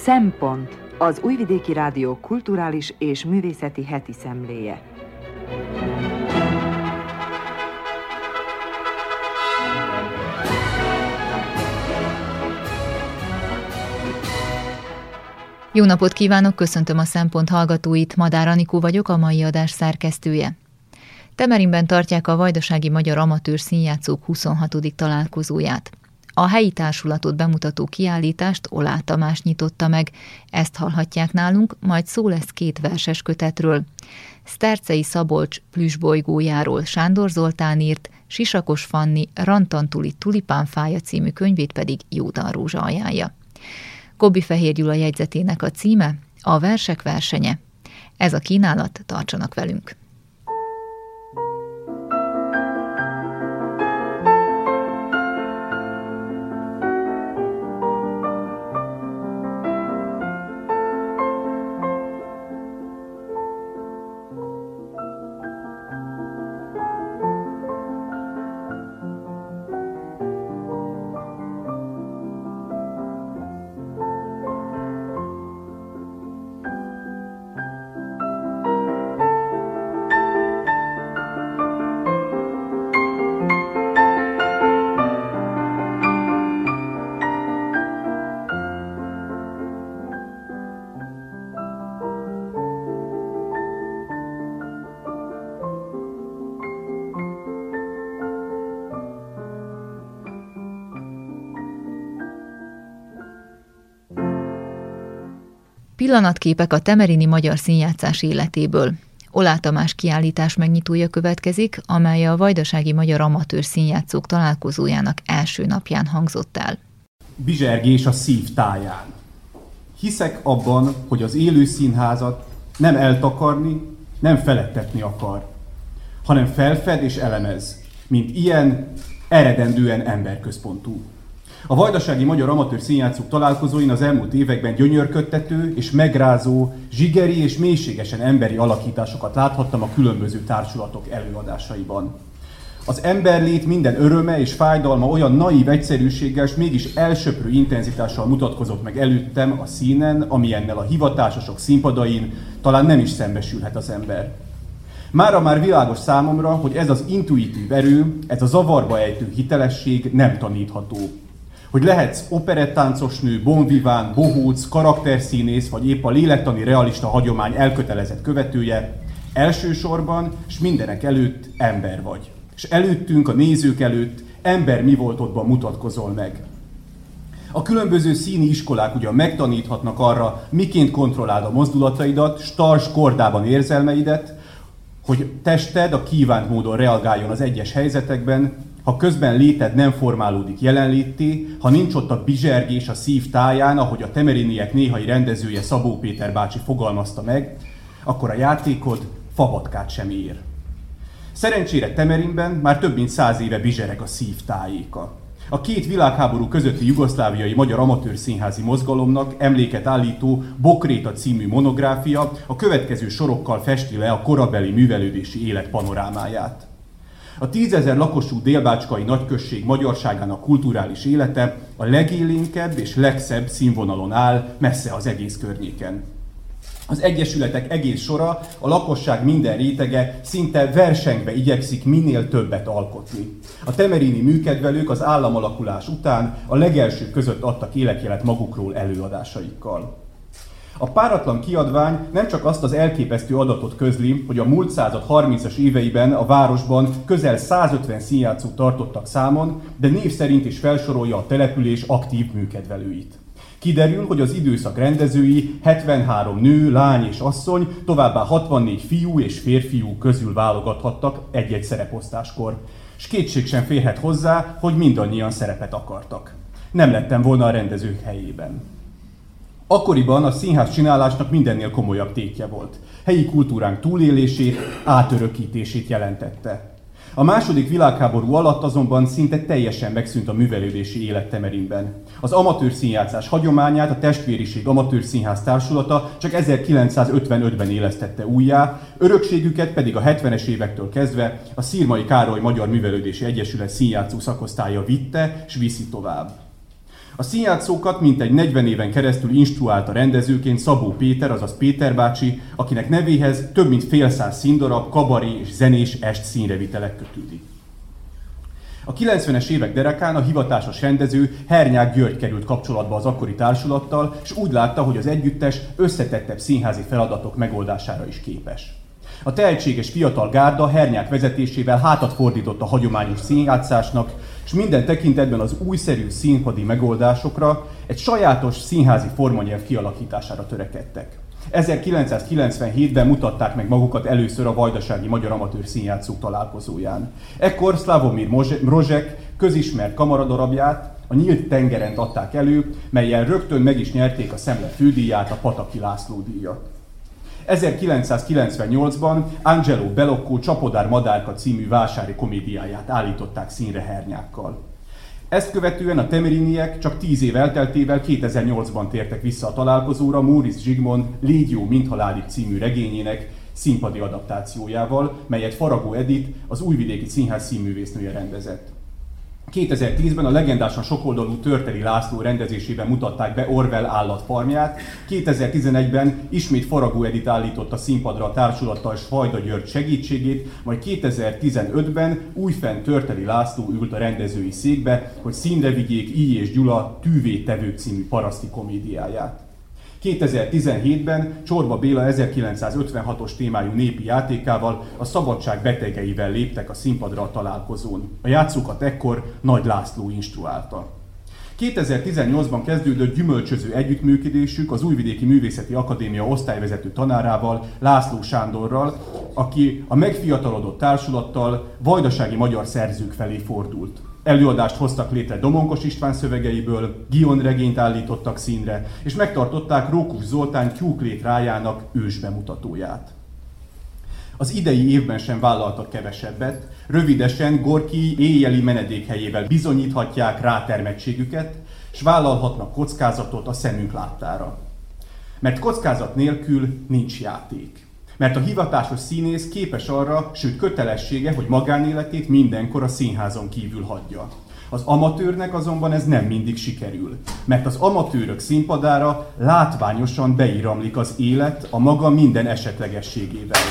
Szempont, az Újvidéki Rádió kulturális és művészeti heti szemléje. Jó napot kívánok, köszöntöm a Szempont hallgatóit, Madár Anikó vagyok, a mai adás szerkesztője. Temerinben tartják a Vajdasági Magyar Amatőr Színjátszók 26. találkozóját. A helyi társulatot bemutató kiállítást Oláh Tamás nyitotta meg, ezt hallhatják nálunk, majd szó lesz két verses kötetről. Szterczei Szabolcs plüssbolygójáról Sándor Zoltán írt, Sisakos Fanni Rantantuli tulipánfája című könyvét pedig Jódan Rózsa ajánlja. Kobbi Fehér Gyula jegyzetének a címe A versek versenye. Ez a kínálat, tartsanak velünk! Pillanatképek a temerini magyar színjátszás életéből. Oláh Tamás kiállítás megnyitója következik, amely a Vajdasági Magyar Amatőr Színjátszók találkozójának első napján hangzott el. Bizsergés a szív táján. Hiszek abban, hogy az élő színházat nem eltakarni, nem feledtetni akar, hanem felfed és elemez, mint ilyen eredendően emberközpontú. A Vajdasági Magyar Amatőr Színjátszók találkozóin az elmúlt években gyönyörködtető és megrázó, zsigeri és mélységesen emberi alakításokat láthattam a különböző társulatok előadásaiban. Az emberlét minden öröme és fájdalma olyan naív egyszerűséggel, és mégis elsöprő intenzitással mutatkozott meg előttem a színen, amilyennel a hivatásosok színpadain talán nem is szembesülhet az ember. Mára már világos számomra, hogy ez az intuitív erő, ez a zavarba ejtő hitelesség nem tanítható. Hogy lehetsz operettáncosnő, bonviván, bohóc, karakterszínész, vagy épp a lélektani realista hagyomány elkötelezett követője, elsősorban és mindenek előtt ember vagy. És előttünk, a nézők előtt ember mi voltodban mutatkozol meg. A különböző színi iskolák ugyan megtaníthatnak arra, miként kontrolláld a mozdulataidat, stars kordában érzelmeidet, hogy tested a kívánt módon reagáljon az egyes helyzetekben, ha közben léted nem formálódik jelenlétté, ha nincs ott a bizsergés a szív táján, ahogy a temeriniek néhai rendezője Szabó Péter bácsi fogalmazta meg, akkor a játékod fabatkát sem ér. Szerencsére Temerinben már több mint 100 éve bizsereg a szív tájéka. A két világháború közötti jugoszláviai magyar amatőr színházi mozgalomnak emléket állító Bokréta című monográfia a következő sorokkal festi le a korabeli művelődési élet panorámáját. A 10 000 lakosú délbácskai nagyközség magyarságának kulturális élete a legélénkebb és legszebb színvonalon áll messze az egész környéken. Az egyesületek egész sora, a lakosság minden rétege szinte versengve igyekszik minél többet alkotni. A temerini műkedvelők az államalakulás után a legelsők között adtak életjelet magukról előadásaikkal. A páratlan kiadvány nem csak azt az elképesztő adatot közli, hogy a múlt század 30-as éveiben a városban közel 150 színjátszót tartottak számon, de név szerint is felsorolja a település aktív műkedvelőit. Kiderül, hogy az időszak rendezői 73 nő, lány és asszony, továbbá 64 fiú és férfiú közül válogathattak egy-egy szereposztáskor. S kétség sem férhet hozzá, hogy mindannyian szerepet akartak. Nem lettem volna a rendezők helyében. Akkoriban a színház csinálásnak mindennél komolyabb tétje volt. Helyi kultúránk túlélését, átörökítését jelentette. A második világháború alatt azonban szinte teljesen megszűnt a művelődési élet Temerinben. Az amatőr színjátszás hagyományát a Testvériség Amatőr Színház Társulata csak 1955-ben élesztette újjá, örökségüket pedig a 70-es évektől kezdve a Szirmai Károly Magyar Művelődési Egyesület színjátszó szakosztálya vitte, s viszi tovább. A színjátszókat mintegy 40 éven keresztül instruálta rendezőként Szabó Péter, azaz Péter bácsi, akinek nevéhez több mint fél száz színdarab, kabaré és zenés est színrevitelek kötődik. A 90-es évek derekán a hivatásos rendező Hernyák György került kapcsolatba az akkori társulattal, és úgy látta, hogy az együttes összetettebb színházi feladatok megoldására is képes. A tehetséges fiatal gárda Hernyák vezetésével hátat fordított a hagyományos színjátszásnak, és minden tekintetben az újszerű színpadi megoldásokra, egy sajátos színházi formanyelv kialakítására törekedtek. 1997-ben mutatták meg magukat először a Vajdasági Magyar Amatőr Színjátszók találkozóján. Ekkor Szlavomir Mrozsek közismert kamaradarabját, a Nyílt tengerent adták elő, mellyel rögtön meg is nyerték a Szemle fődíját, a Pataki László díjat. 1998-ban Angelo Bellocco Csapodár Madárka című vásári komédiáját állították színre Hernyákkal. Ezt követően a temeriniek csak 10 év elteltével 2008-ban tértek vissza a találkozóra Móricz Zsigmond Légy jó, mint halálig című regényének színpadi adaptációjával, melyet Faragó Edith, az Újvidéki Színház színművésznője rendezett. 2010-ben a legendásan sokoldalú Törteri László rendezésében mutatták be Orwell állatfarmját, 2011-ben ismét Faragó Edith állította színpadra a társulattal Svajda György segítségét, majd 2015-ben újfenn Törteri László ült a rendezői székbe, hogy színre vigyék I. és Gyula Tűvétevők című paraszti komédiáját. 2017-ben Csorba Béla 1956-os témájú népi játékával, a Szabadság betegeivel léptek a színpadra a találkozón. A játszókat ekkor Nagy László instruálta. 2018-ban kezdődött gyümölcsöző együttműködésük az Újvidéki Művészeti Akadémia osztályvezető tanárával, László Sándorral, aki a megfiatalodott társulattal vajdasági magyar szerzők felé fordult. Előadást hoztak létre Domonkos István szövegeiből, Gion regényt állítottak színre, és megtartották Rókus Zoltán Tyúklét rájának ősbemutatóját. Az idei évben sem vállaltak kevesebbet, rövidesen Gorki éjjeli menedékhelyével bizonyíthatják rátermettségüket, és vállalhatnak kockázatot a szemünk láttára. Mert kockázat nélkül nincs játék. Mert a hivatásos színész képes arra, sőt kötelessége, hogy magánéletét mindenkor a színházon kívül hagyja. Az amatőrnek azonban ez nem mindig sikerül, mert az amatőrök színpadára látványosan beíramlik az élet a maga minden esetlegességével.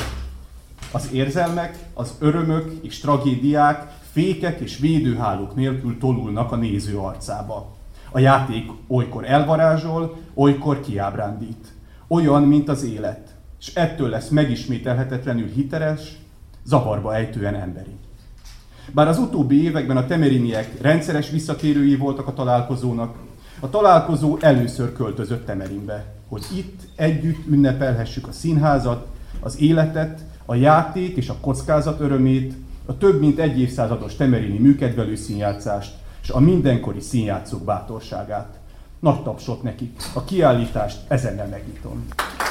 Az érzelmek, az örömök és tragédiák fékek és védőhálók nélkül tolulnak a néző arcába. A játék olykor elvarázsol, olykor kiábrándít. Olyan, mint az élet. És ettől lesz megismételhetetlenül hiteles, zavarba ejtően emberi. Bár az utóbbi években a temeriniek rendszeres visszatérői voltak a találkozónak, a találkozó először költözött Temerinbe, hogy itt együtt ünnepelhessük a színházat, az életet, a játék és a kockázat örömét, a több mint egy évszázados temerini műkedvelő színjátszást és a mindenkori színjátszók bátorságát. Nagy tapsot nekik. A kiállítást ezennel megnyitom.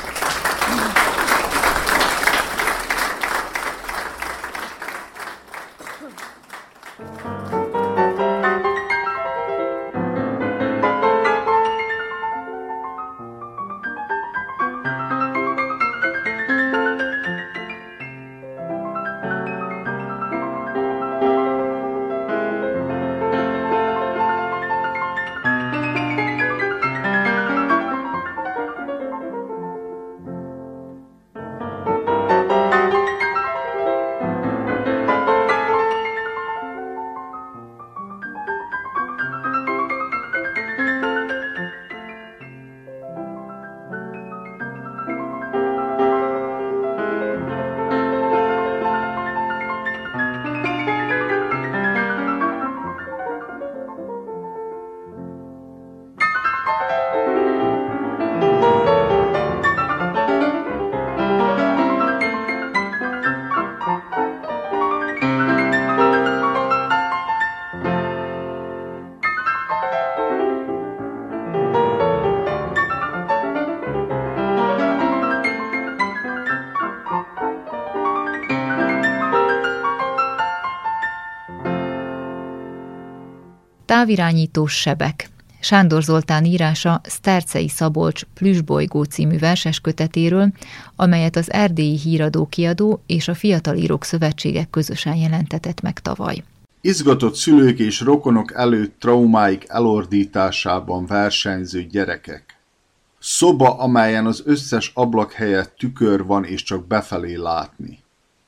Távirányítós sebek. Sándor Zoltán írása Szterczei Szabolcs Plüssbolygó című verseskötetéről, amelyet az Erdélyi Híradó Kiadó és a Fiatal Írók Szövetsége közösen jelentetett meg tavaly. Izgatott szülők és rokonok előtt traumáik elordításában versenyző gyerekek. Szoba, amelyen az összes ablak helyett tükör van és csak befelé látni.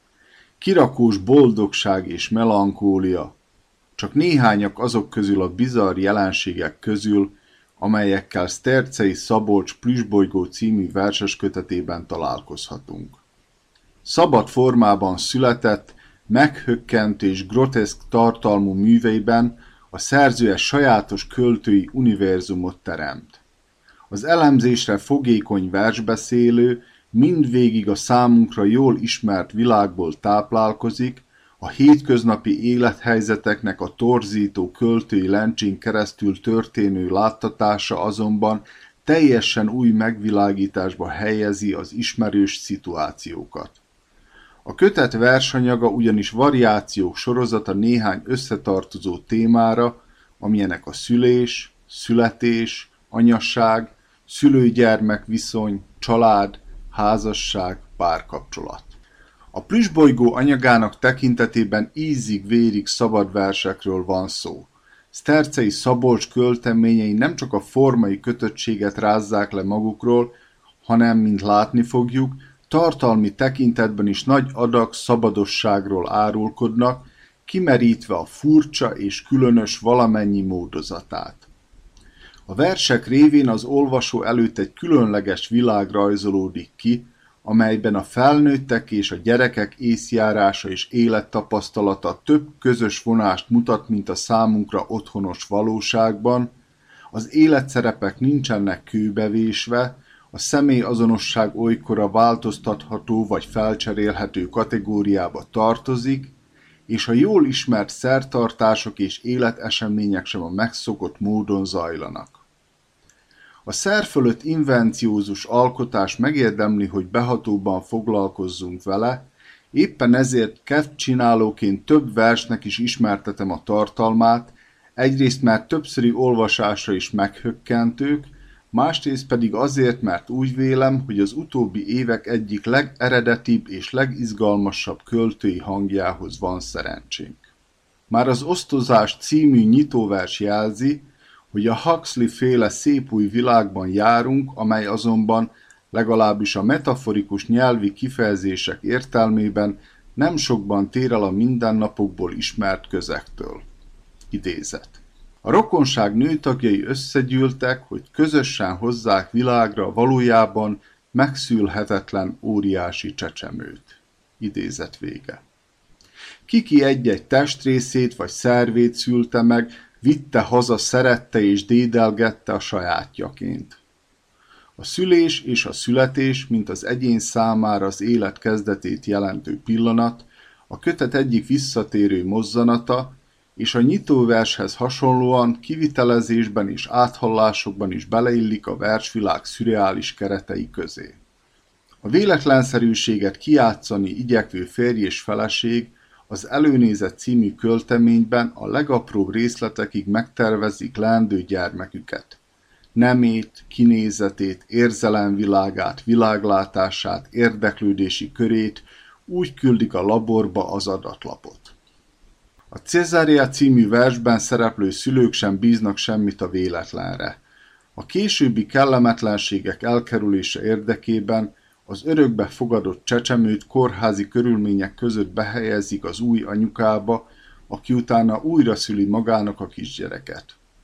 Kirakós boldogság és melankólia, csak néhányak azok közül a bizarr jelenségek közül, amelyekkel Szterczey Szabolcs Plüssbolygó című verseskötetében találkozhatunk. Szabad formában született, meghökkentő és groteszk tartalmú műveiben a szerző egy sajátos költői univerzumot teremt. Az elemzésre fogékony versbeszélő mindvégig a számunkra jól ismert világból táplálkozik, a hétköznapi élethelyzeteknek a torzító költői lencsén keresztül történő láttatása azonban teljesen új megvilágításba helyezi az ismerős szituációkat. A kötet versanyaga ugyanis variációk sorozata néhány összetartozó témára, amilyenek a szülés, születés, anyasság, szülő-gyermek viszony, család, házasság, párkapcsolat. A Plüssbolygó anyagának tekintetében ízig-vérig szabad versekről van szó. Szterczey Szabolcs költeményei nem csak a formai kötöttséget rázzák le magukról, hanem, mint látni fogjuk, tartalmi tekintetben is nagy adag szabadosságról árulkodnak, kimerítve a furcsa és különös valamennyi módozatát. A versek révén az olvasó előtt egy különleges világ rajzolódik ki, amelyben a felnőttek és a gyerekek észjárása és élettapasztalata több közös vonást mutat, mint a számunkra otthonos valóságban, az életszerepek nincsenek kőbevésve, a személyazonosság olykora változtatható vagy felcserélhető kategóriába tartozik, és a jól ismert szertartások és életesemények sem a megszokott módon zajlanak. A szer fölött invenciózus alkotás megérdemli, hogy behatóbban foglalkozzunk vele, éppen ezért kedvcsinálóként több versnek is ismertetem a tartalmát, egyrészt mert többszöri olvasásra is meghökkentők, másrészt pedig azért, mert úgy vélem, hogy az utóbbi évek egyik legeredetibb és legizgalmasabb költői hangjához van szerencsénk. Már az Osztozás című nyitóvers jelzi, hogy a Huxley-féle szép új világban járunk, amely azonban legalábbis a metaforikus nyelvi kifejezések értelmében nem sokban tér el a mindennapokból ismert közektől. Idézet. A rokonság nőtagjai összegyűltek, hogy közösen hozzák világra valójában megszülhetetlen óriási csecsemőt. Idézet vége. Kiki egy-egy testrészét vagy szervét szülte meg, vitte haza, szerette és dédelgette a sajátjaként. A szülés és a születés, mint az egyén számára az élet kezdetét jelentő pillanat, a kötet egyik visszatérő mozzanata, és a nyitóvershez hasonlóan kivitelezésben és áthallásokban is beleillik a versvilág szürreális keretei közé. A véletlenszerűséget kijátszani igyekvő férj és feleség az Előnézet című költeményben a legapróbb részletekig megtervezik leendő gyermeküket. Nemét, kinézetét, érzelemvilágát, világlátását, érdeklődési körét úgy küldik a laborba az adatlapot. A Cesárea című versben szereplő szülők sem bíznak semmit a véletlenre. A későbbi kellemetlenségek elkerülése érdekében az örökbe fogadott csecsemőt kórházi körülmények között behelyezik az új anyukába, aki utána újra szüli magának a kisgyereket.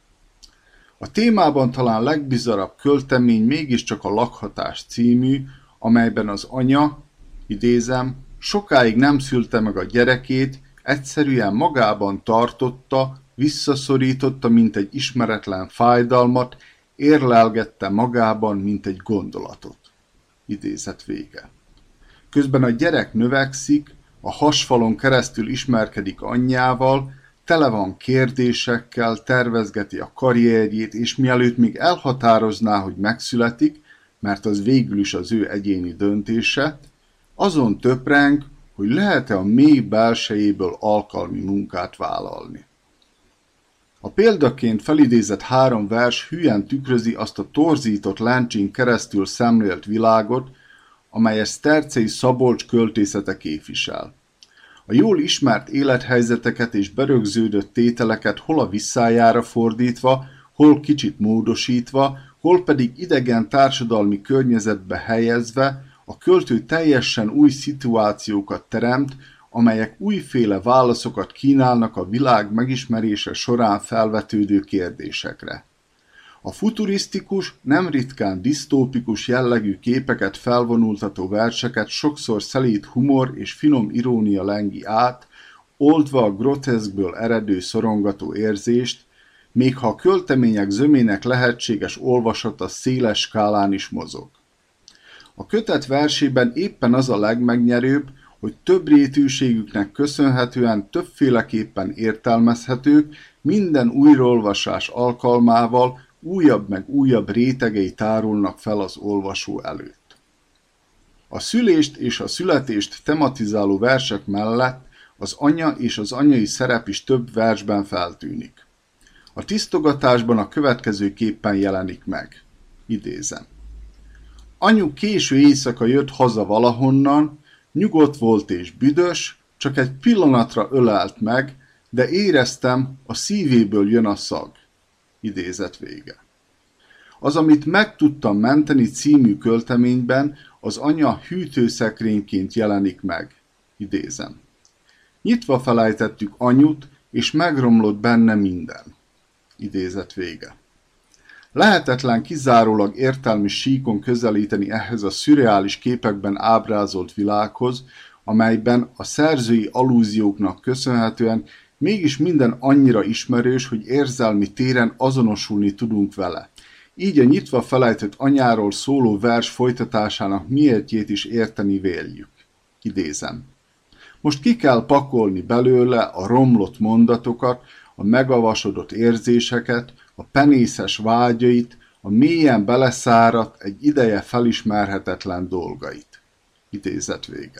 A témában talán legbizarabb költemény mégiscsak a Lakhatás című, amelyben az anya, idézem, sokáig nem szülte meg a gyerekét, egyszerűen magában tartotta, visszaszorította, mint egy ismeretlen fájdalmat, érlelgette magában, mint egy gondolatot. Idézet vége. Közben a gyerek növekszik, a hasfalon keresztül ismerkedik anyjával, tele van kérdésekkel, tervezgeti a karrierjét, és mielőtt még elhatározná, hogy megszületik, mert az végül is az ő egyéni döntése, azon töpreng, hogy lehet-e a mély belsejéből alkalmi munkát vállalni. A példaként felidézett 3 vers hülyen tükrözi azt a torzított lencsén keresztül szemlélt világot, amelyet Szterczey Szabolcs költészete képvisel. A jól ismert élethelyzeteket és berögződött tételeket hol a visszájára fordítva, hol kicsit módosítva, hol pedig idegen társadalmi környezetbe helyezve, a költő teljesen új szituációkat teremt, amelyek újféle válaszokat kínálnak a világ megismerése során felvetődő kérdésekre. A futurisztikus, nem ritkán disztópikus jellegű képeket felvonultató verseket sokszor szelíd humor és finom irónia lengi át, oldva a groteszkből eredő szorongató érzést, még ha a költemények zömének lehetséges olvasata széles skálán is mozog. A kötet versében éppen az a legmegnyerőbb, hogy több rétűségüknek köszönhetően többféleképpen értelmezhetők, minden újraolvasás alkalmával újabb meg újabb rétegei tárulnak fel az olvasó előtt. A szülést és a születést tematizáló versek mellett az anya és az anyai szerep is több versben feltűnik. A tisztogatásban a következőképpen jelenik meg. Idézem. Anyu késő éjszaka jött haza valahonnan, nyugodt volt és büdös, csak egy pillanatra ölelt meg, de éreztem, a szívéből jön a szag. Idézet vége. Az, amit meg tudtam menteni című költeményben, az anya hűtőszekrényként jelenik meg. Idézem. Nyitva felejtettük anyut, és megromlott benne minden. Idézet vége. Lehetetlen kizárólag értelmi síkon közelíteni ehhez a szürreális képekben ábrázolt világhoz, amelyben a szerzői allúzióknak köszönhetően mégis minden annyira ismerős, hogy érzelmi téren azonosulni tudunk vele. Így a nyitva felejtett anyáról szóló vers folytatásának miértjét is érteni véljük. Idézem. Most ki kell pakolni belőle a romlott mondatokat, a megavasodott érzéseket, a penészes vágyait, a mélyen beleszáradt, egy ideje felismerhetetlen dolgait. Idézet vége.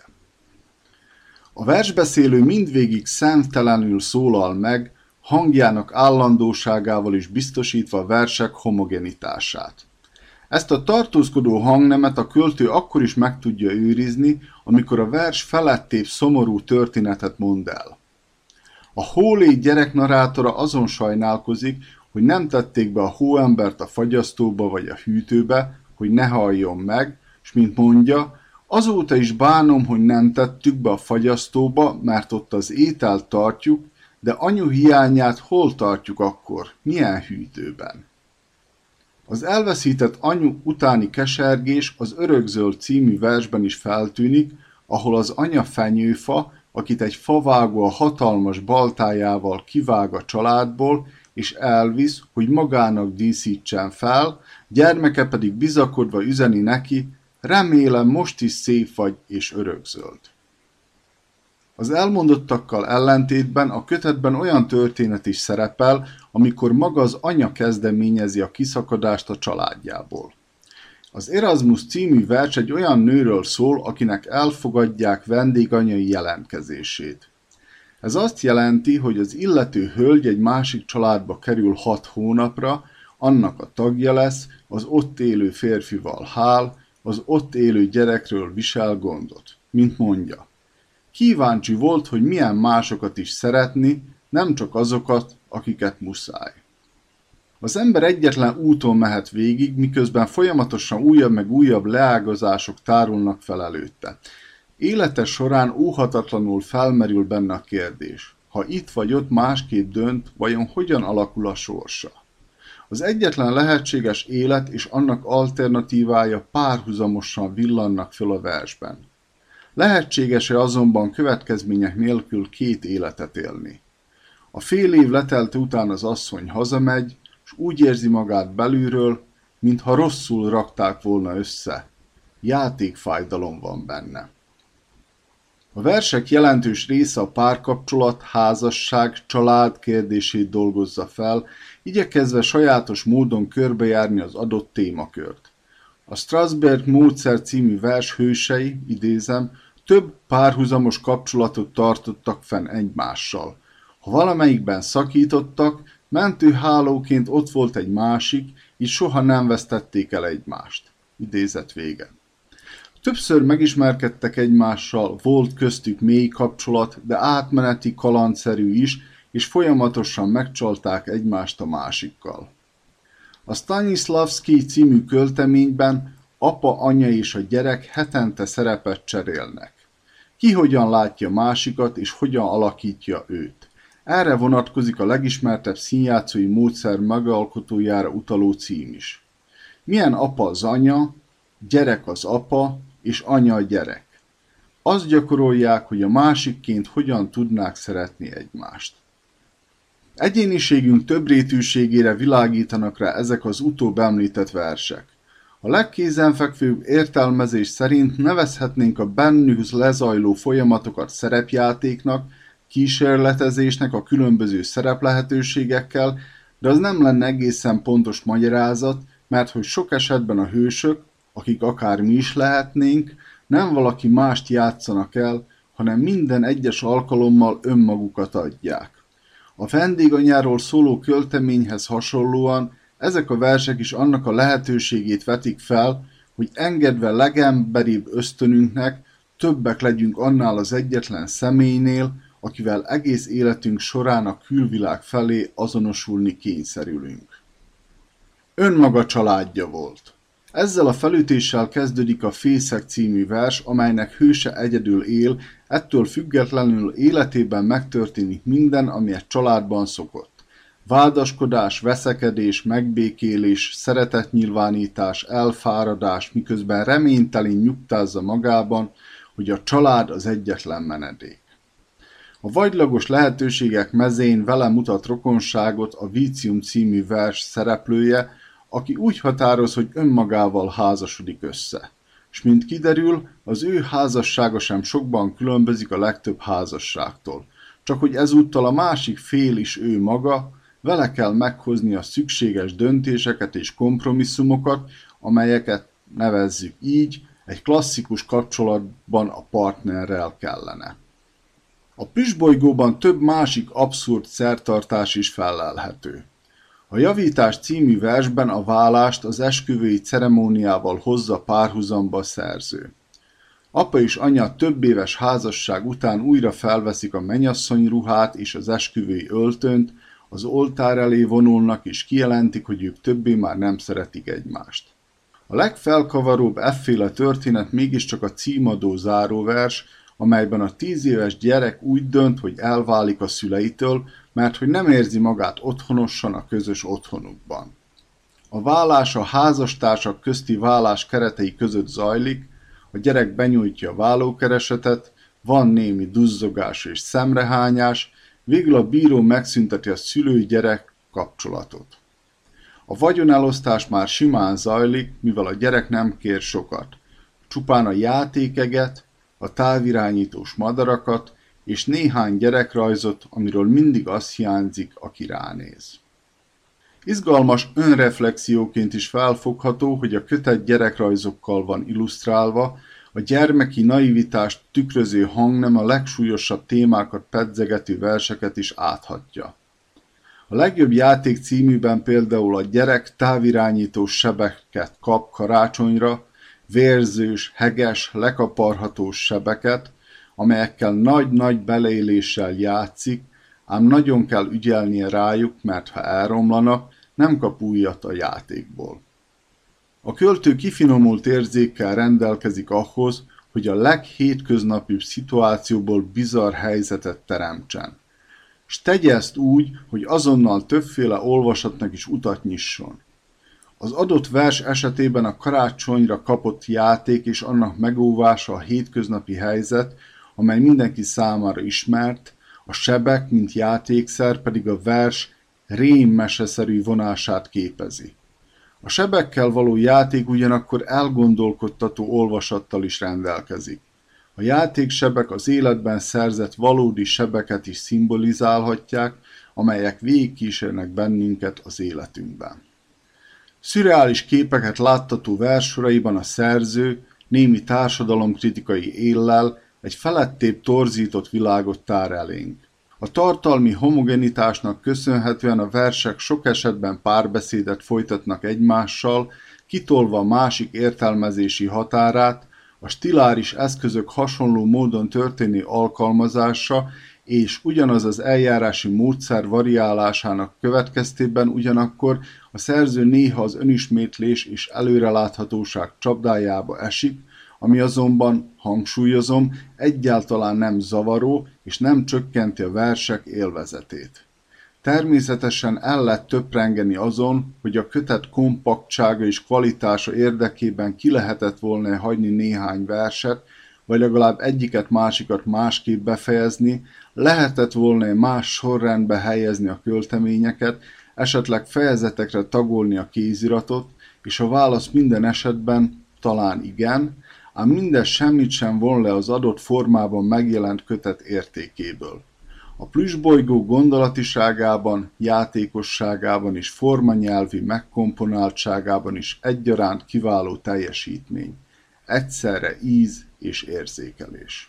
A versbeszélő mindvégig szemtelenül szólal meg, hangjának állandóságával is biztosítva a versek homogenitását. Ezt a tartózkodó hangnemet a költő akkor is meg tudja őrizni, amikor a vers felettébb szomorú történetet mond el. A hólégy gyereknarátora azon sajnálkozik, hogy nem tették be a hóembert a fagyasztóba vagy a hűtőbe, hogy ne halljon meg, és mint mondja, azóta is bánom, hogy nem tettük be a fagyasztóba, mert ott az ételt tartjuk, de anyu hiányát hol tartjuk akkor, milyen hűtőben? Az elveszített anyu utáni kesergés az Örökzöld című versben is feltűnik, ahol az anya fenyőfa, akit egy favágó a hatalmas baltájával kivág a családból, és elvisz, hogy magának díszítsen fel, gyermeke pedig bizakodva üzeni neki, remélem most is szép vagy és örökzöld. Az elmondottakkal ellentétben a kötetben olyan történet is szerepel, amikor maga az anya kezdeményezi a kiszakadást a családjából. Az Erasmus című vers egy olyan nőről szól, akinek elfogadják vendéganyai jelentkezését. Ez azt jelenti, hogy az illető hölgy egy másik családba kerül 6 hónapra, annak a tagja lesz, az ott élő férfival hál, az ott élő gyerekről visel gondot, mint mondja. Kíváncsi volt, hogy milyen másokat is szeretni, nem csak azokat, akiket muszáj. Az ember egyetlen úton mehet végig, miközben folyamatosan újabb meg újabb leágazások tárulnak fel előtte. Élete során óhatatlanul felmerül benne a kérdés. Ha itt vagy ott másképp dönt, vajon hogyan alakul a sorsa? Az egyetlen lehetséges élet és annak alternatívája párhuzamosan villannak föl a versben. Lehetséges-e azonban következmények nélkül 2 életet élni? A fél év letelte után az asszony hazamegy, és úgy érzi magát belülről, mintha rosszul rakták volna össze. Játékfájdalom van benne. A versek jelentős része a párkapcsolat, házasság, család kérdését dolgozza fel, igyekezve sajátos módon körbejárni az adott témakört. A Strasberg módszer című vers hősei, idézem, több párhuzamos kapcsolatot tartottak fenn egymással. Ha valamelyikben szakítottak, mentőhálóként ott volt egy másik, így soha nem vesztették el egymást. Idézet vége. Többször megismerkedtek egymással, volt köztük mély kapcsolat, de átmeneti, kalandszerű is, és folyamatosan megcsalták egymást a másikkal. A Stanislavski című költeményben apa, anya és a gyerek hetente szerepet cserélnek. Ki hogyan látja másikat, és hogyan alakítja őt. Erre vonatkozik a legismertebb színjátszói módszer megalkotójára utaló cím is. Milyen apa az anya, gyerek az apa, és anya a gyerek. Azt gyakorolják, hogy a másikként hogyan tudnák szeretni egymást. Egyéniségünk többrétűségére világítanak rá ezek az utóbb említett versek. A legkézenfekvőbb értelmezés szerint nevezhetnénk a bennük lezajló folyamatokat szerepjátéknak, kísérletezésnek a különböző szereplehetőségekkel, de az nem lenne egészen pontos magyarázat, mert hogy sok esetben a hősök, akik akár mi is lehetnénk, nem valaki mást játszanak el, hanem minden egyes alkalommal önmagukat adják. A vendéganyáról szóló költeményhez hasonlóan ezek a versek is annak a lehetőségét vetik fel, hogy engedve legemberibb ösztönünknek többek legyünk annál az egyetlen személynél, akivel egész életünk során a külvilág felé azonosulni kényszerülünk. Önmaga családja volt. Ezzel a felütéssel kezdődik a Fészek című vers, amelynek hőse egyedül él, ettől függetlenül életében megtörténik minden, ami egy családban szokott. Vádaskodás, veszekedés, megbékélés, szeretetnyilvánítás, elfáradás, miközben reménytelen nyugtázza magában, hogy a család az egyetlen menedék. A vagylagos lehetőségek mezén vele mutat rokonságot a Vícium című vers szereplője, aki úgy határoz, hogy önmagával házasodik össze. És mint kiderül, az ő házassága sem sokban különbözik a legtöbb házasságtól. Csak hogy ezúttal a másik fél is ő maga, vele kell meghozni a szükséges döntéseket és kompromisszumokat, amelyeket nevezzük így, egy klasszikus kapcsolatban a partnerrel kellene. A Püspbolygóban több másik abszurd szertartás is fellelhető. A Javítás című versben a válást az esküvői ceremóniával hozza párhuzamba a szerző. Apa és anya több éves házasság után újra felveszik a mennyasszony ruhát és az esküvői öltönt, az oltár elé vonulnak és kijelentik, hogy ők többé már nem szeretik egymást. A legfelkavaróbb efféle történet mégiscsak a címadó záróvers, amelyben a 10 éves gyerek úgy dönt, hogy elválik a szüleitől, mert hogy nem érzi magát otthonosan a közös otthonukban. A válás a házastársak közti válás keretei között zajlik, a gyerek benyújtja a vállókeresetet, van némi duzzogás és szemrehányás, végül a bíró megszünteti a szülő-gyerek kapcsolatot. A vagyonelosztás már simán zajlik, mivel a gyerek nem kér sokat. Csupán a játékeget, a távirányítós madarakat és néhány gyerekrajzot, amiről mindig az hiányzik, aki ránéz. Izgalmas önreflexióként is felfogható, hogy a kötet gyerekrajzokkal van illusztrálva, a gyermeki naivitást tükröző hangnem a legsúlyosabb témákat pedzegető verseket is áthatja. A legjobb játék címűben például a gyerek távirányítós sebeket kap karácsonyra, vérzős, heges, lekaparhatós sebeket, amelyekkel nagy-nagy beleéléssel játszik, ám nagyon kell ügyelnie rájuk, mert ha elromlanak, nem kap újat a játékból. A költő kifinomult érzékkel rendelkezik ahhoz, hogy a leghétköznapibb szituációból bizarr helyzetet teremtsen. S tegye ezt úgy, hogy azonnal többféle olvasatnak is utat nyisson. Az adott vers esetében a karácsonyra kapott játék és annak megóvása a hétköznapi helyzet, amely mindenki számára ismert, a sebek, mint játékszer pedig a vers rémmeseszerű vonását képezi. A sebekkel való játék ugyanakkor elgondolkodtató olvasattal is rendelkezik. A játéksebek az életben szerzett valódi sebeket is szimbolizálhatják, amelyek végigkísérnek bennünket az életünkben. Szürreális képeket láttató verssoraiban a szerző némi társadalomkritikai éllel egy felettébb torzított világot tár elénk. A tartalmi homogenitásnak köszönhetően a versek sok esetben párbeszédet folytatnak egymással, kitolva a másik értelmezési határát, a a stiláris eszközök hasonló módon történő alkalmazása és ugyanaz az eljárási módszer variálásának következtében ugyanakkor a szerző néha az önismétlés és előreláthatóság csapdájába esik, ami azonban, hangsúlyozom, egyáltalán nem zavaró és nem csökkenti a versek élvezetét. Természetesen el lehet töprengeni azon, hogy a kötet kompaktsága és kvalitása érdekében ki lehetett volna hagyni néhány verset, vagy legalább egyiket-másikat másképp befejezni, lehetett volna más sorrendbe helyezni a költeményeket, esetleg fejezetekre tagolni a kéziratot, és a válasz minden esetben talán igen, ám mindez semmit sem von le az adott formában megjelent kötet értékéből. A plüssbolygó gondolatiságában, játékosságában és formanyelvi megkomponáltságában is egyaránt kiváló teljesítmény. Egyszerre íz és érzékelés.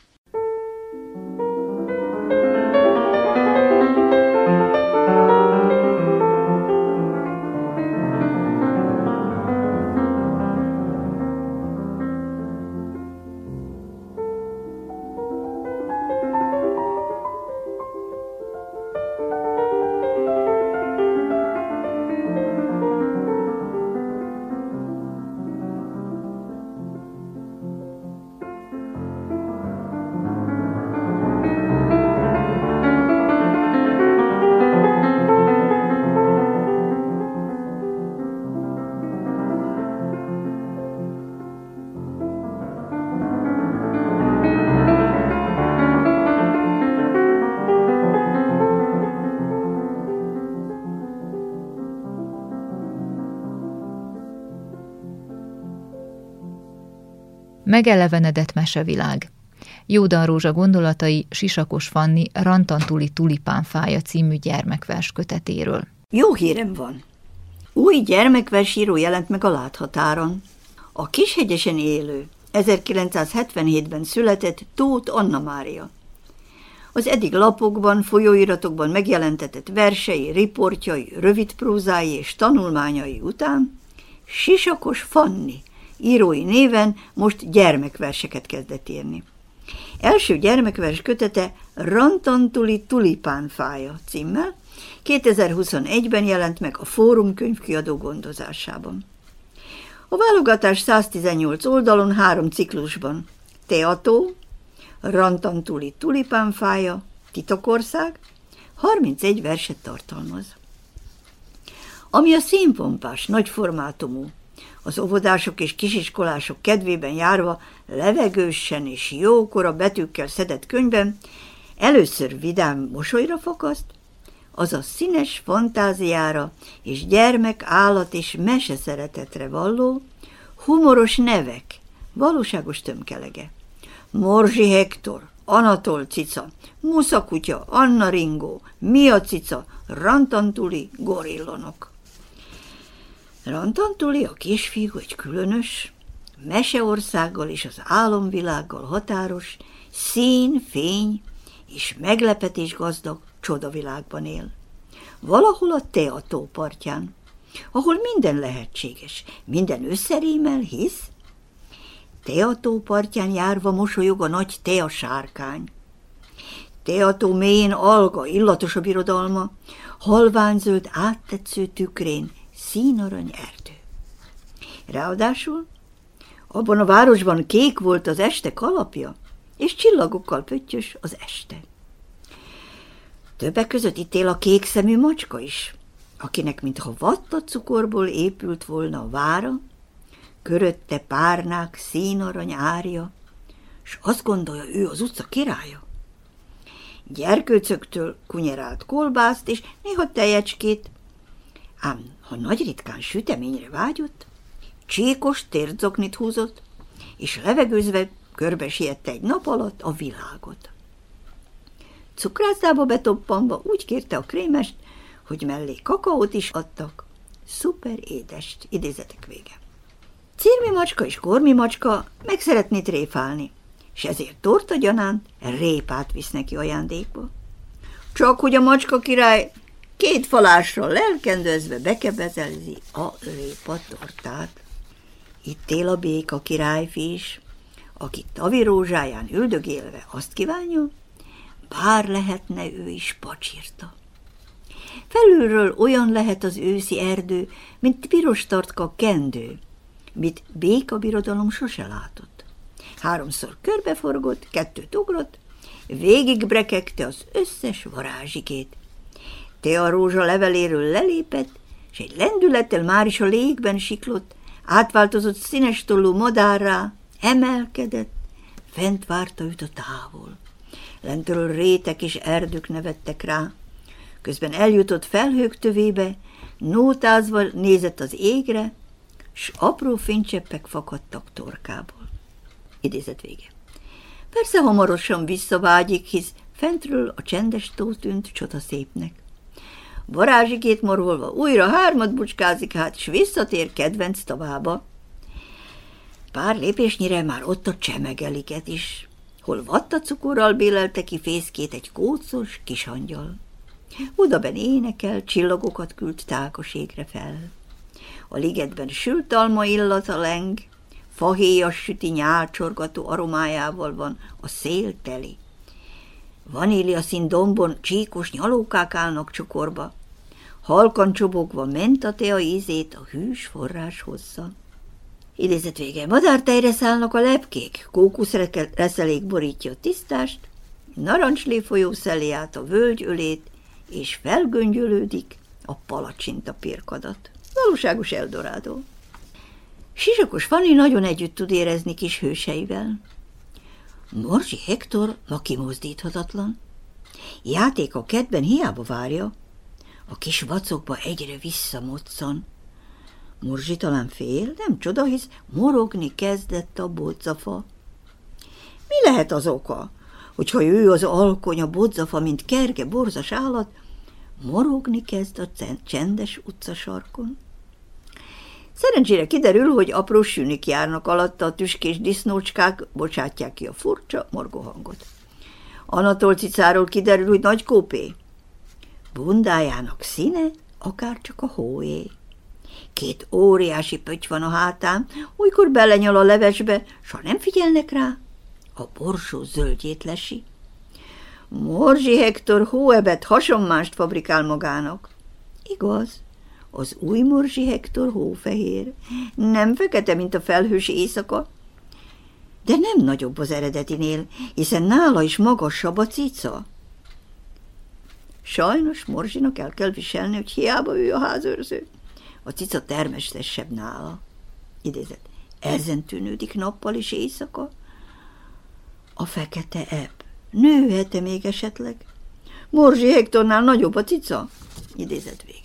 Megelevenedett mesevilág. Jódan Rózsa gondolatai Sisakos Fanni Rantantuli tulipánfája című gyermekvers kötetéről. Jó hírem van. Új gyermekversíró jelent meg a Láthatáron. A Kishegyesen élő, 1977-ben született Tóth Anna Mária. Az eddig lapokban, folyóiratokban megjelentetett versei, riportjai, rövidprózái és tanulmányai után Sisakos Fanni írói néven most gyermekverseket kezdett írni. Első gyermekvers kötete Rantantuli tulipánfája címmel 2021-ben jelent meg a Fórum könyvkiadó gondozásában. A válogatás 118 oldalon 3 ciklusban: Teató, Rantantuli tulipánfája, Titokország 31 verset tartalmaz. Ami a színpompás, nagyformátumú, az óvodások és kisiskolások kedvében járva levegősen és jókora betűkkel szedett könyvben először vidám mosolyra fakaszt, azaz színes fantáziára és gyermek, állat és mese szeretetre valló, humoros nevek, valóságos tömkelege. Morzsi Hektor, Anatol cica, Musza kutya, Anna Ringó, Mia cica, Rantantuli gorillonok. Rantantuli, a kisfiú, egy különös, meseországgal és az álomvilággal határos, szín, fény és meglepetés gazdag csodavilágban él. Valahol a Teató partján, ahol minden lehetséges, minden összerímel, hisz Teató partján járva mosolyog a nagy tea sárkány. Teató mélyén alga, illatos a birodalma, halványzöld áttetsző tükrén színarany erdő. Ráadásul abban a városban kék volt az este kalapja, és csillagokkal pöttyös az este. Többek között itt él a kékszemű macska is, akinek mintha vattacukorból épült volna a vára, körötte párnák színarany árja, s azt gondolja, ő az utca királya. Gyerkőcöktől kunyerált kolbászt és néha tejecskét, ám ha nagy ritkán süteményre vágyott, csíkos térdzzoknit húzott, és levegőzve körbe siette egy nap alatt a világot. Cukrászába betoppanva úgy kérte a krémest, hogy mellé kakaót is adtak, szuper édest, idézetek vége. Cirmi macska és Kormi macska meg szeretné tréfálni, és ezért torta gyanánt répát visz neki ajándékba. Csak hogy a macska király 2 falásra lelkendezve bekebezelzi a répatortát. Itt él a béka királyfi is, aki tavirózsáján üldögélve azt kívánja, bár lehetne ő is pacsirta. Felülről olyan lehet az őszi erdő, mint piros tartka kendő, mit békabirodalom sose látott. 3-szor körbeforgott, 2 ugrott, végigbrekegte az összes varázsikét. Tearózsa leveléről lelépett, és egy lendülettel már is a légben siklott, átváltozott színes tollú madárrá, emelkedett, fent várta őt a távol. Lentről rétek és erdők nevettek rá, közben eljutott felhők tövébe, nótázva nézett az égre, s apró fénycseppek fakadtak torkából. Idézet vége. Persze hamarosan visszavágyik, hisz fentről a csendes tó tűnt csodaszépnek. Varázsikét morolva újra 3 bucskázik hát, s visszatér kedvenc tavába. Pár lépésnyire már ott a csemegeliket is, hol vattacukorral bélelte ki fészkét egy kócos kisangyal. Odaben énekel, csillagokat küld tálkos égre fel. A ligetben sült alma illata leng, fahéjas süti nyálcsorgató aromájával van a szél teli. Vaníliaszín dombon csíkos nyalókák állnak csokorba, halkan csobogva mentatea ízét a hűs forrás hozza. Idézet vége. Madártejre szállnak a lepkék, kókuszreszelék borítja a tisztást, narancslé folyó szeli át a völgy ölét, és felgöngyölődik a palacsinta pirkadat. Valóságos Eldorádó. Sisakos Fanni nagyon együtt tud érezni kis hőseivel. Morzsi Hektor ma kimozdíthatatlan. Játéka kedben hiába várja, a kis vacokba egyre visszamoccan. Morzsi talán fél, nem csoda, hisz morogni kezdett a bodzafa. Mi lehet az oka, hogyha ő az alkony, a bodzafa, mint kerge, borzas állat, morogni kezd a csendes utcasarkon? Szerencsére kiderül, hogy apró sünik járnak alatta, a tüskés disznócskák bocsátják ki a furcsa morgóhangot. Anatol cicáról kiderül, hogy nagy kópé. Bundájának színe akárcsak a hóé. 2 óriási pötty van a hátán, olykor belenyal a levesbe, s ha nem figyelnek rá, a borsó zöldjét lesi. Morzsi Hektor hóebet hasonmást fabrikál magának. Igaz, az új Morzsi Hektor hófehér, nem fekete, mint a felhős éjszaka, de nem nagyobb az eredetinél, hiszen nála is magasabb a cica. Sajnos Morzsinak el kell viselni, hogy hiába ő a házőrző. A cica természetesebb nála. Idézet. Ezen tűnődik nappal és éjszaka. A fekete ebb. Nőhet-e még esetleg? Morzsi Hektornál nagyobb a cica? Idézet vége.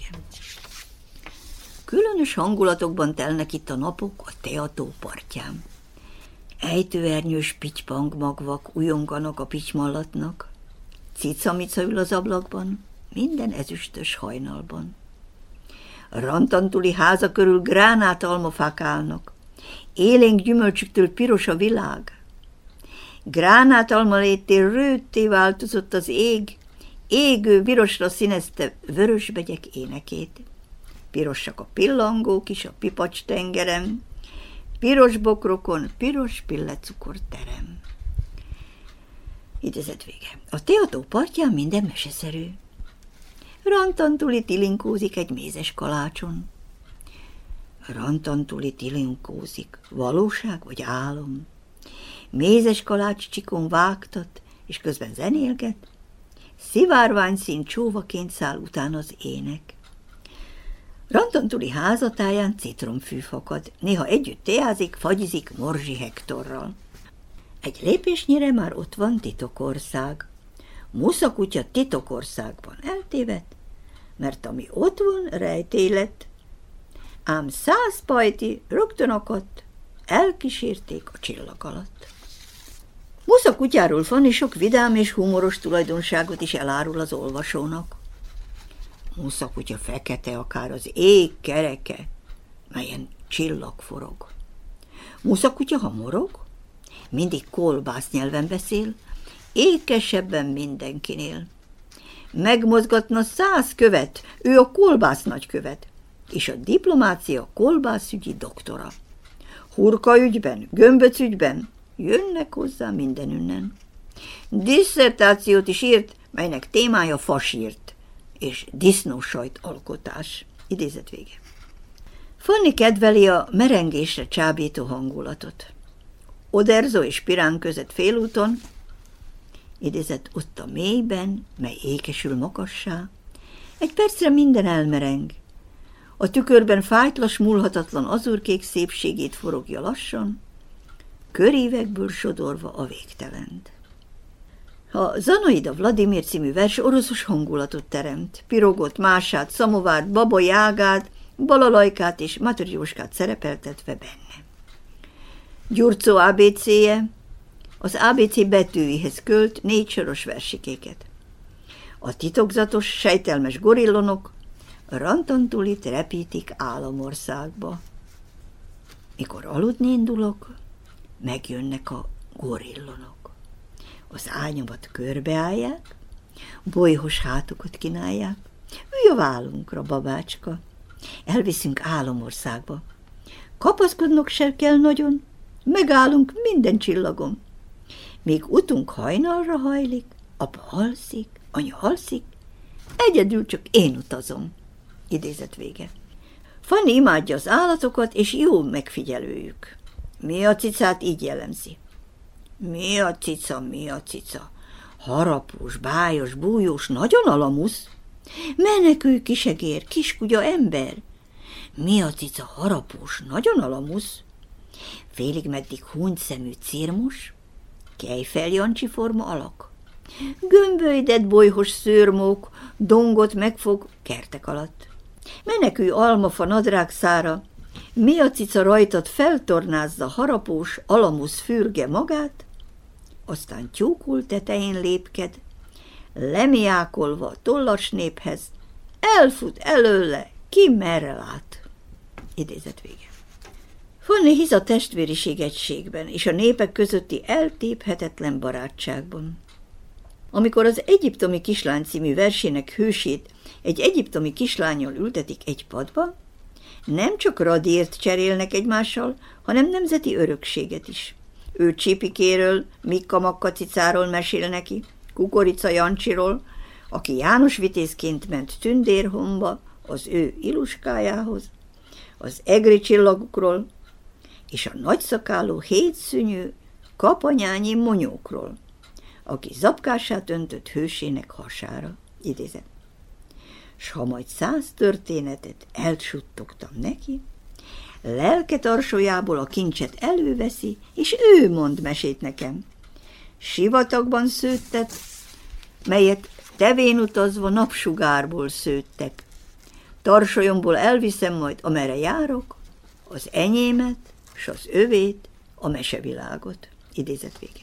Különös hangulatokban telnek itt a napok a Teató partján. Ejtőernyős pitypang magvak ujjonganak a pitymallatnak. Cicamica ül az ablakban, minden ezüstös hajnalban. A rantantuli háza körül gránátalmafák állnak. Élénk gyümölcsüktől piros a világ. Gránátalma léttél rőtté változott az ég, égő virosra színezte vörösbegyek énekét. Pirosak a pillangók is a pipacs tengeren, piros bokrokon piros pillecukor terem. Idézet vége. A Teató partján minden meseszerű. Rantantuli tilinkózik egy mézes kalácson. Rantantuli tilinkózik, valóság vagy álom? Mézes kalács csikon vágtat, és közben zenélget. Szivárványszín csóvaként száll után az ének. Rantantuli házatáján citromfű fakad, néha együtt teázik, fagyizik Morzsi Hektorral. Egy lépésnyire már ott van Titokország. Musza kutya Titokországban eltévedt, mert ami ott van, rejtély lett. Ám 100 pajti rögtön akadt, elkísérték a csillag alatt. Musza kutyáról Fanni sok vidám és humoros tulajdonságot is elárul az olvasónak. Musza kutya fekete, akár az ég kereke, melyen csillag forog. Musza kutya, ha morog, mindig kolbász nyelven beszél, ékesebben mindenkinél. Megmozgatna 100 követ, ő a kolbász nagykövet, és a diplomácia kolbászügyi doktora. Hurkaügyben, gömböcügyben, Jönnek hozzá mindenünnen. Disszertációt is írt, melynek témája fasírt és disznósajt alkotás. Idézet vége. Fanny kedveli a merengésre csábító hangulatot. Oderzo és Pirán között félúton, idézet, ott a mélyben, mely ékesül makassá, egy percre minden elmereng. A tükörben fájtlas, múlhatatlan azurkék szépségét forogja lassan, körívekből sodorva a végtelent. A Zanaida Vladimir című vers oroszos hangulatot teremt. Pirogot, mását, szamovárt, babajágát, balalajkát és matrjóskát szerepeltetve benne. Gyurcó ABC-je az ABC betűihez költ 4 soros versikéket. A titokzatos, sejtelmes gorillonok rantantulit repítik államországba. Mikor aludni indulok, megjönnek a gorillonok. Az ágyamat körbeállják, bolyhos hátukat kínálják, ülj a vállunkra, babácska, elviszünk államországba. Kapaszkodnok se kell nagyon, megállunk minden csillagon. Míg utunk hajnalra hajlik, apa alszik, anya alszik, egyedül csak én utazom. Idézet vége. Fanny imádja az állatokat, és jó megfigyelőjük. Mi a cicát így jellemzi. Mi a cica? Harapós, bájos, bújós, nagyon alamusz. Menekülj, kisegér, kiskutya ember. Mi a cica harapós, nagyon alamusz. Félig meddig hungyszemű cirmus, kejfeljancsi forma alak. Gömbölyded bolyhos szőrmók, dongot megfog kertek alatt. Menekülj almafa nadrágszára, mi a cica rajtad feltornázza harapós, alamusz fürge magát, aztán tyúkul tetején lépked, lemiákolva a tollas néphez, elfut előle, ki merre lát. Idézet vége. Fanny hisz a testvériség egységben és a népek közötti eltéphetetlen barátságban. Amikor az Egyiptomi kislány című versének hősét egy egyiptomi kislánnyal ültetik egy padba, nem csak radírt cserélnek egymással, hanem nemzeti örökséget is. Ő Csipikéről, Mikka Makka cicáról mesél neki, Kukorica Jancsiról, aki János vitézként ment Tündérhomba az ő iluskájához, az egri csillagokról, és a nagyszakálú hétszűnyű Kapanyányi Monyókról, aki zapkását öntött hősének hasára. Idézet. S ha majd 100 történetet elsuttogtam neki, lelke tarsójából a kincset előveszi, és ő mond mesét nekem. Sivatagban szőttet, melyet tevén utazva napsugárból szőttek. Tarsolyomból elviszem majd, amerre járok, az enyémet, s az övét, a mesevilágot. Idézet vége.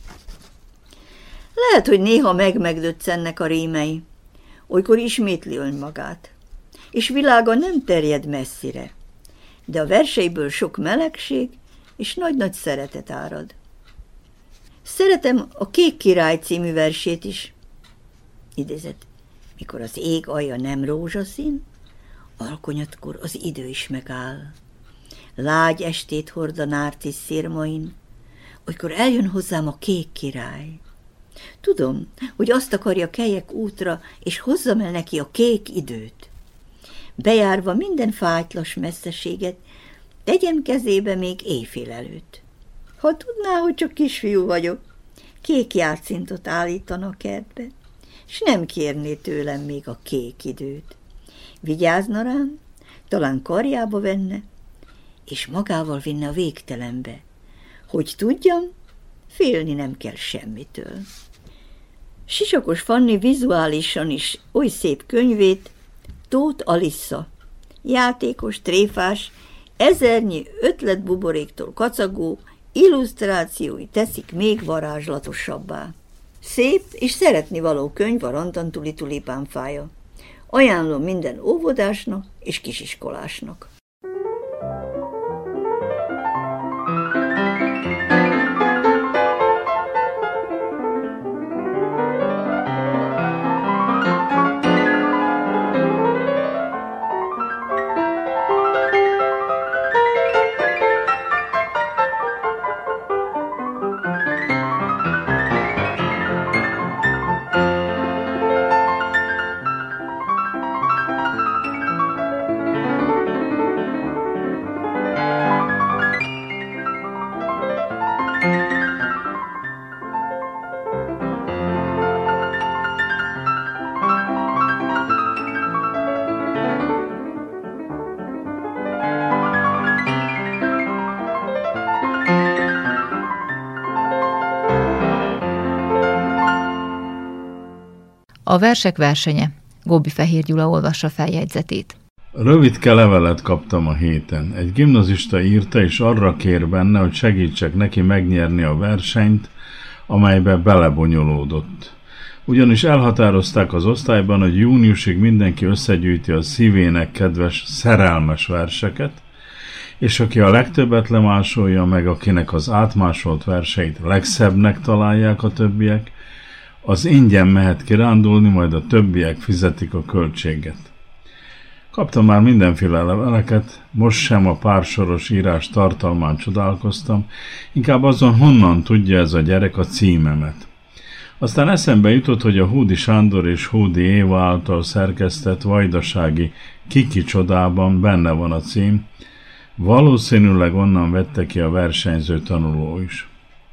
Lehet, hogy néha megdöccennek a rímei, olykor ismétli önmagát, és világa nem terjed messzire, de a verseiből sok melegség és nagy-nagy szeretet árad. Szeretem a Kék király című versét is. Idézet. Mikor az ég alja nem rózsaszín, alkonyatkor az idő is megáll. Lágy estét hord a nárcisz szirmain, olykor eljön hozzám a kék király. Tudom, hogy azt akarja keljek útra, és hozzam el neki a kék időt. Bejárva minden fájtlas messzeséget, tegyem kezébe még éjfél előtt. Ha tudná, hogy csak kisfiú vagyok, kék játszintot állítana a kertbe, s nem kérné tőlem még a kék időt. Vigyázna rám, talán karjába venne, és magával vinne a végtelenbe, hogy tudjam, félni nem kell semmitől. Sisakos Fanny vizuálisan is oly szép könyvét, Tóth Alissza, játékos, tréfás, ezernyi ötletbuboréktól kacagó illusztrációi teszik még varázslatosabbá. Szép és szeretnivaló könyv a Rantantuli tulipánfája. Ajánlom minden óvodásnak és kisiskolásnak. A versek versenye. Góbi Fehér Gyula olvassa feljegyzetét. Rövidke levelet kaptam a héten. Egy gimnazista írta, és arra kér benne, hogy segítsek neki megnyerni a versenyt, amelybe belebonyolódott. Ugyanis elhatározták az osztályban, hogy júniusig mindenki összegyűjti a szívének kedves szerelmes verseket, és aki a legtöbbet lemásolja meg, akinek az átmásolt verseit legszebbnek találják a többiek, az ingyen mehet kirándulni, majd a többiek fizetik a költséget. Kaptam már mindenféle leveleket, most sem a pársoros írás tartalmán csodálkoztam, inkább azon, honnan tudja ez a gyerek a címemet. Aztán eszembe jutott, hogy a Hódi Sándor és Hódi Éva által szerkesztett vajdasági Kiki csodában benne van a cím, valószínűleg onnan vette ki a versenyző tanuló is.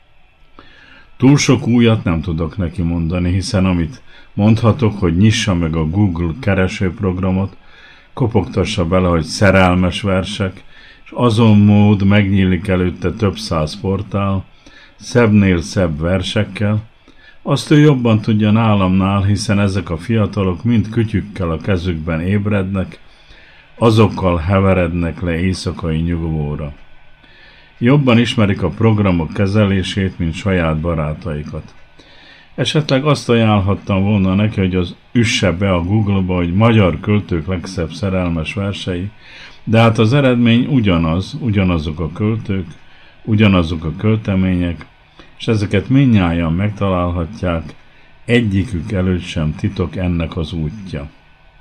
Túl sok újat nem tudok neki mondani, hiszen amit mondhatok, hogy nyissa meg a Google keresőprogramot, kopogtassa bele, hogy szerelmes versek, és azon mód megnyílik előtte több száz portál, szebbnél szebb versekkel, azt ő jobban tudja nálamnál, hiszen ezek a fiatalok mind kütyükkel a kezükben ébrednek, azokkal heverednek le éjszakai nyugvóra. Jobban ismerik a programok kezelését, mint saját barátaikat. Esetleg azt ajánlhattam volna neki, hogy az üsse be a Google-ba, hogy magyar költők legszebb szerelmes versei, de hát az eredmény ugyanazok a költők, ugyanazok a költemények, és ezeket mindnyájan megtalálhatják, egyikük előtt sem titok ennek az útja.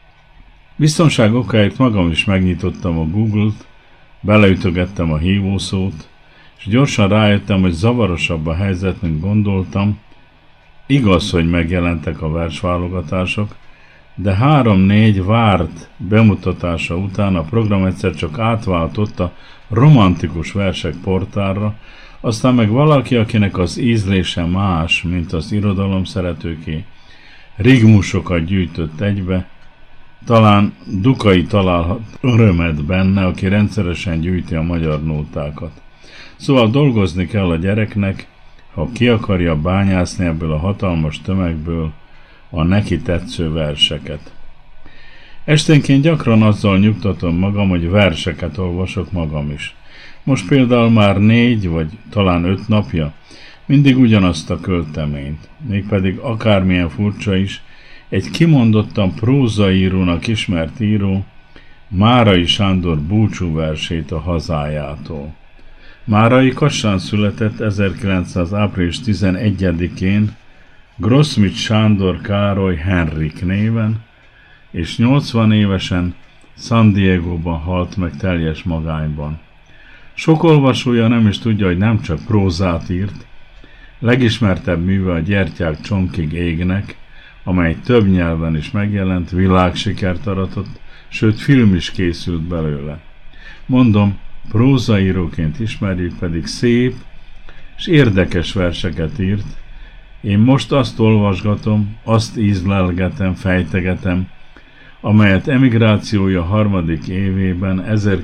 Biztonság okáért magam is megnyitottam a Google-t, beleütögettem a hívószót, és gyorsan rájöttem, hogy zavarosabb a helyzet, mint gondoltam. Igaz, hogy megjelentek a versválogatások, de 3-4 várt bemutatása után a program egyszer csak átváltott a romantikus versek portálra, aztán meg valaki, akinek az ízlése más, mint az irodalom szeretőké, rigmusokat gyűjtött egybe, talán Dukai találhat örömet benne, aki rendszeresen gyűjti a magyar nótákat. Szóval dolgozni kell a gyereknek, ha ki akarja bányászni ebből a hatalmas tömegből a neki tetsző verseket. Esténként gyakran azzal nyugtatom magam, hogy verseket olvasok magam is. Most például már 4 vagy talán 5 napja mindig ugyanazt a költeményt, mégpedig akármilyen furcsa is, egy kimondottan prózaírónak ismert író, Márai Sándor búcsúversét a hazájától. Márai Kassán született 1900. április 11-én Grossmith Sándor Károly Henrik néven, és 80 évesen San Diegóban halt meg teljes magányban. Sok olvasója nem is tudja, hogy nem csak prózát írt, legismertebb műve a Gyertyák csonkig égnek, amely több nyelven is megjelent, világsikert aratott, sőt film is készült belőle. Mondom, prózaíróként ismerjük, pedig szép és érdekes verseket írt. Én most azt olvasgatom, azt ízlelgetem, fejtegetem, amelyet emigrációja 3. évében,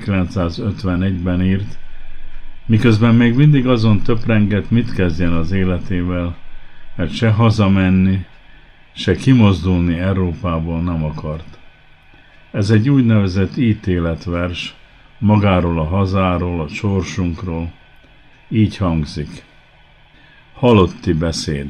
1951-ben írt, miközben még mindig azon töprengett, mit kezdjen az életével, mert se hazamenni, se kimozdulni Európából nem akart. Ez egy úgynevezett ítéletvers, magáról a hazáról, a sorsunkról. Így hangzik. Halotti beszéd.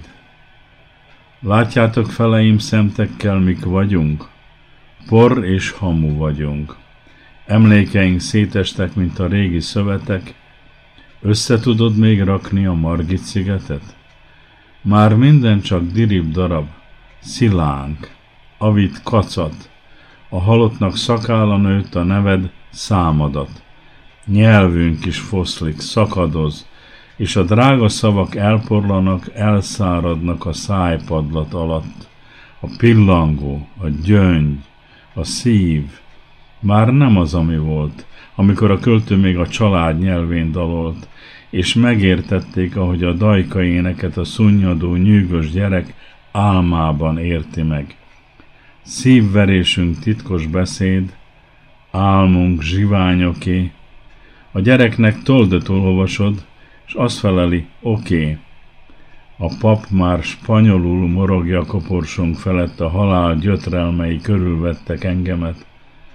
Látjátok, feleim, szemtekkel mik vagyunk? Por és hamu vagyunk. Emlékeink szétestek, mint a régi szövetek. Össze tudod még rakni a Margit-szigetet? Már minden csak dirib darab, szilánk, avit kacat, a halottnak szakálla nőtt, a neved számadat. Nyelvünk is foszlik, szakadoz, és a drága szavak elporlanak, elszáradnak a szájpadlat alatt. A pillangó, a gyöngy, a szív már nem az, ami volt, amikor a költő még a család nyelvén dalolt, és megértették, ahogy a dajka éneket a szunnyadó, nyűgös gyerek álmában érti meg. Szívverésünk titkos beszéd, álmunk zsiványoké. A gyereknek toldot olvasod, és azt feleli, oké. A pap már spanyolul morogja a koporsónk felett, a halál gyötrelmei körülvettek engemet.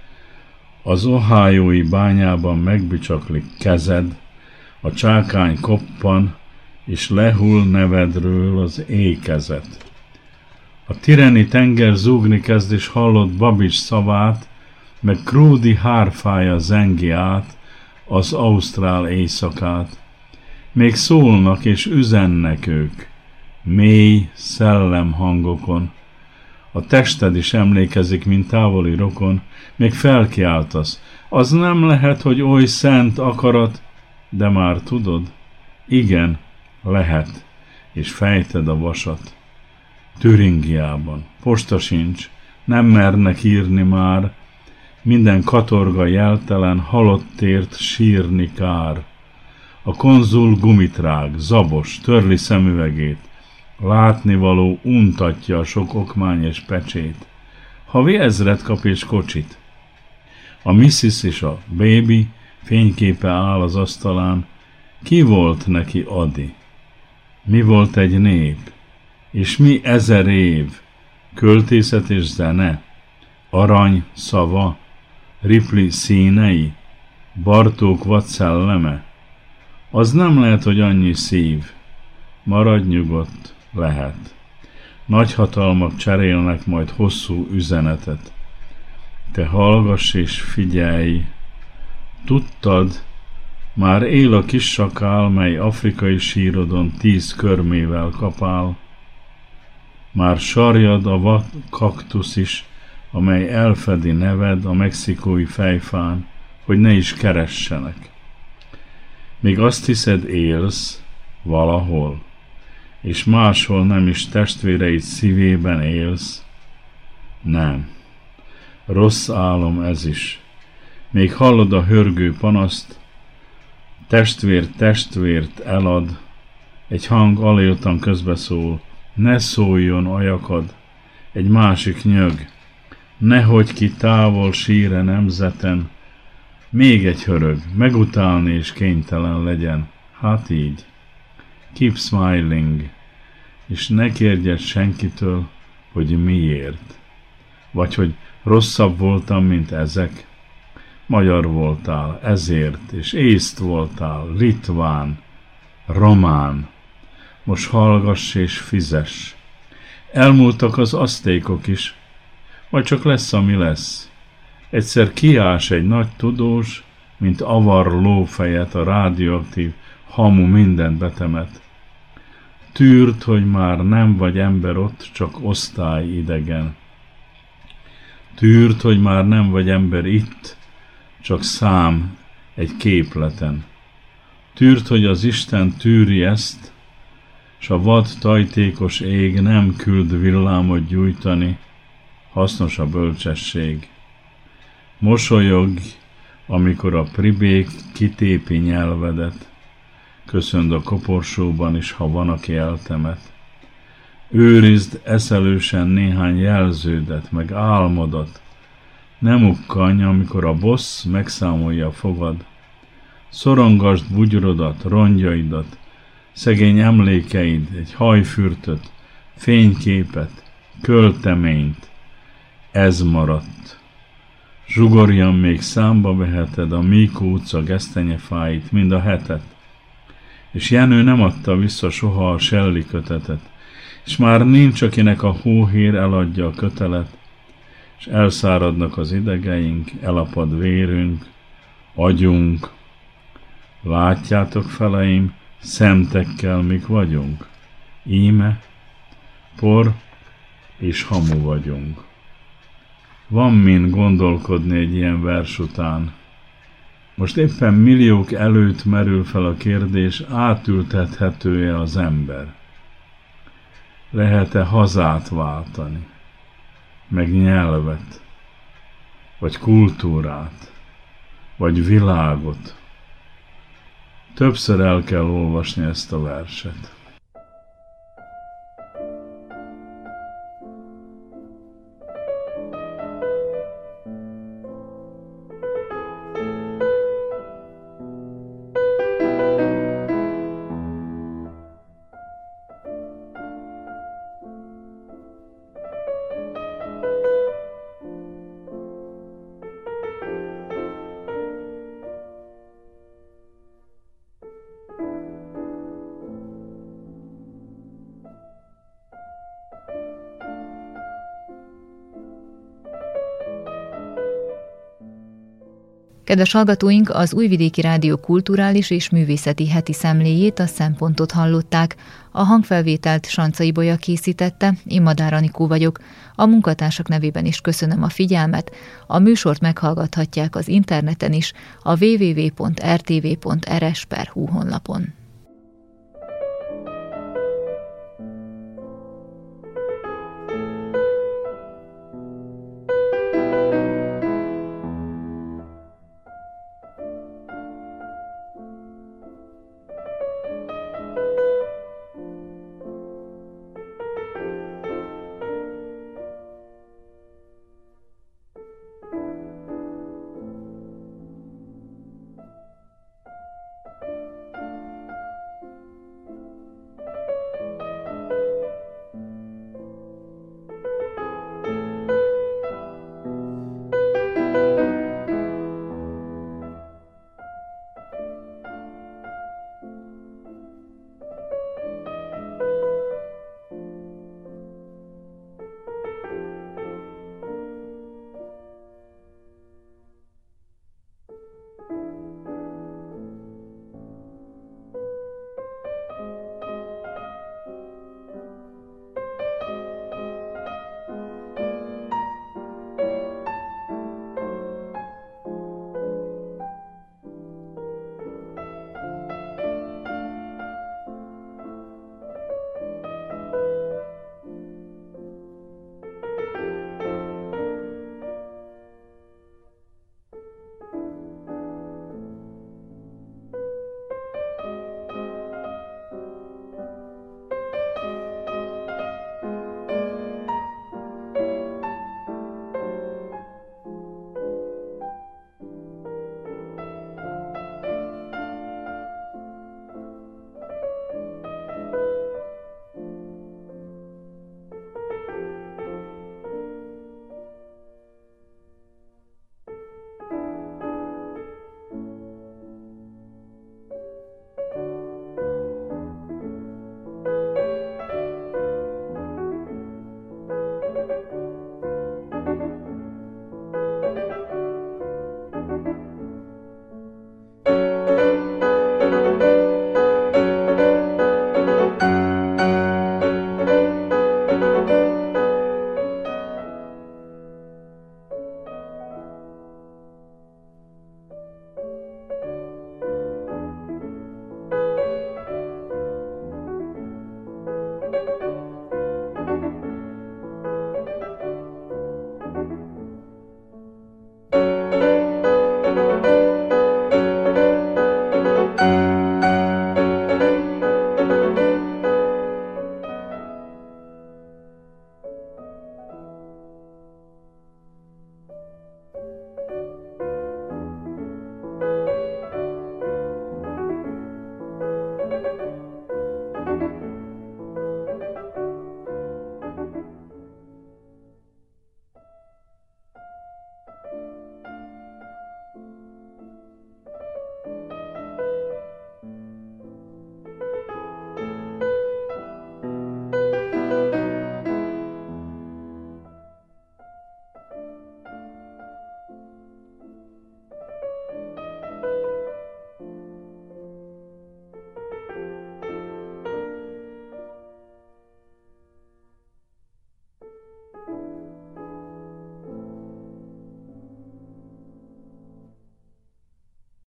Az ohiói bányában megbicsaklik kezed, a csákány koppan, és lehull nevedről az ékezet. A tireni tenger zúgni kezd, és hallott Babics szavát, meg Krúdi hárfája zengi át az ausztrál éjszakát. Még szólnak és üzennek ők, mély szellemhangokon. A tested is emlékezik, mint távoli rokon, még felkiáltasz. Az nem lehet, hogy oly szent akarat, de már tudod, igen, lehet, és fejted a vasat. Türingiában, posta sincs, nem mernek írni már, minden katorga jeltelen, halottért sírni kár. A konzul gumitrág, zabos, törli szemüvegét, látnivaló untatja a sok okmány és pecsét. Havi ezred kap és kocsit. A Mrs. és a Baby fényképe áll az asztalán. Ki volt neki Adi? Mi volt egy nép? És mi 1000 év? Költészet és zene? Arany szava? Ripley színei? Bartók vad szelleme? Az nem lehet, hogy annyi szív. Maradj nyugodt, lehet. Nagyhatalmak cserélnek majd hosszú üzenetet. Te hallgass és figyelj. Tudtad, már él a kis sakál, mely afrikai sírodon 10 körmével kapál. Már sarjad a vad kaktusz is, amely elfedi neved a mexikói fejfán, hogy ne is keressenek. Még azt hiszed, élsz valahol, és máshol nem is testvéreid szívében élsz? Nem. Rossz álom ez is. Még hallod a hörgő panaszt, testvér testvért elad, egy hang aléltan közbeszól, ne szóljon ajakad, egy másik nyög, nehogy ki távol síre nemzeten, még egy hörög, megutálni és kénytelen legyen, hát így. Keep smiling, és ne kérdjed senkitől, hogy miért, vagy hogy rosszabb voltam, mint ezek. Magyar voltál, ezért, és észt voltál, litván, román. Most hallgass és fizess. Elmúltak az aztékok is, vagy csak lesz, ami lesz. Egyszer kiás egy nagy tudós, mint avar lófejet, a radioaktív hamu mindent betemet. Tűrd, hogy már nem vagy ember ott, csak osztály idegen. Tűrd, hogy már nem vagy ember itt, csak szám egy képleten. Tűrd, hogy az Isten tűri ezt, s a vad tajtékos ég nem küld villámot gyújtani, hasznos a bölcsesség. Mosolyogj, amikor a pribék kitépi nyelvedet, köszönd a koporsóban is, ha van, aki eltemet. Őrizd eszelősen néhány jelződet, meg álmodat, ne mukkanj, amikor a bossz megszámolja a fogad. Szorongasd bugyroodat, rongyaidat, szegény emlékeid, egy hajfürtöt, fényképet, költeményt. Ez maradt. Zsugorjan, még számba veheted a Míkó utca gesztenyefáit, mind a hetet. És Jenő nem adta vissza soha a Shelley kötetet, és már nincs, akinek a hóhér eladja a kötelet, és elszáradnak az idegeink, elapad vérünk, agyunk. Látjátok, feleim, szemtekkel mik vagyunk? Íme, por és hamu vagyunk. Van min gondolkodni egy ilyen vers után. Most éppen milliók előtt merül fel a kérdés, átültethető-e az ember? Lehet-e hazát váltani? Meg nyelvet? Vagy kultúrát? Vagy világot? Többször el kell olvasni ezt a verset. Kedves hallgatóink, az Újvidéki Rádió kulturális és művészeti heti szemléjét, a Szempontot hallották. A hangfelvételt Sancai Bolya készítette, én Madár Anikó vagyok. A munkatársak nevében is köszönöm a figyelmet. A műsort meghallgathatják az interneten is, a www.rtv.rs.hu honlapon.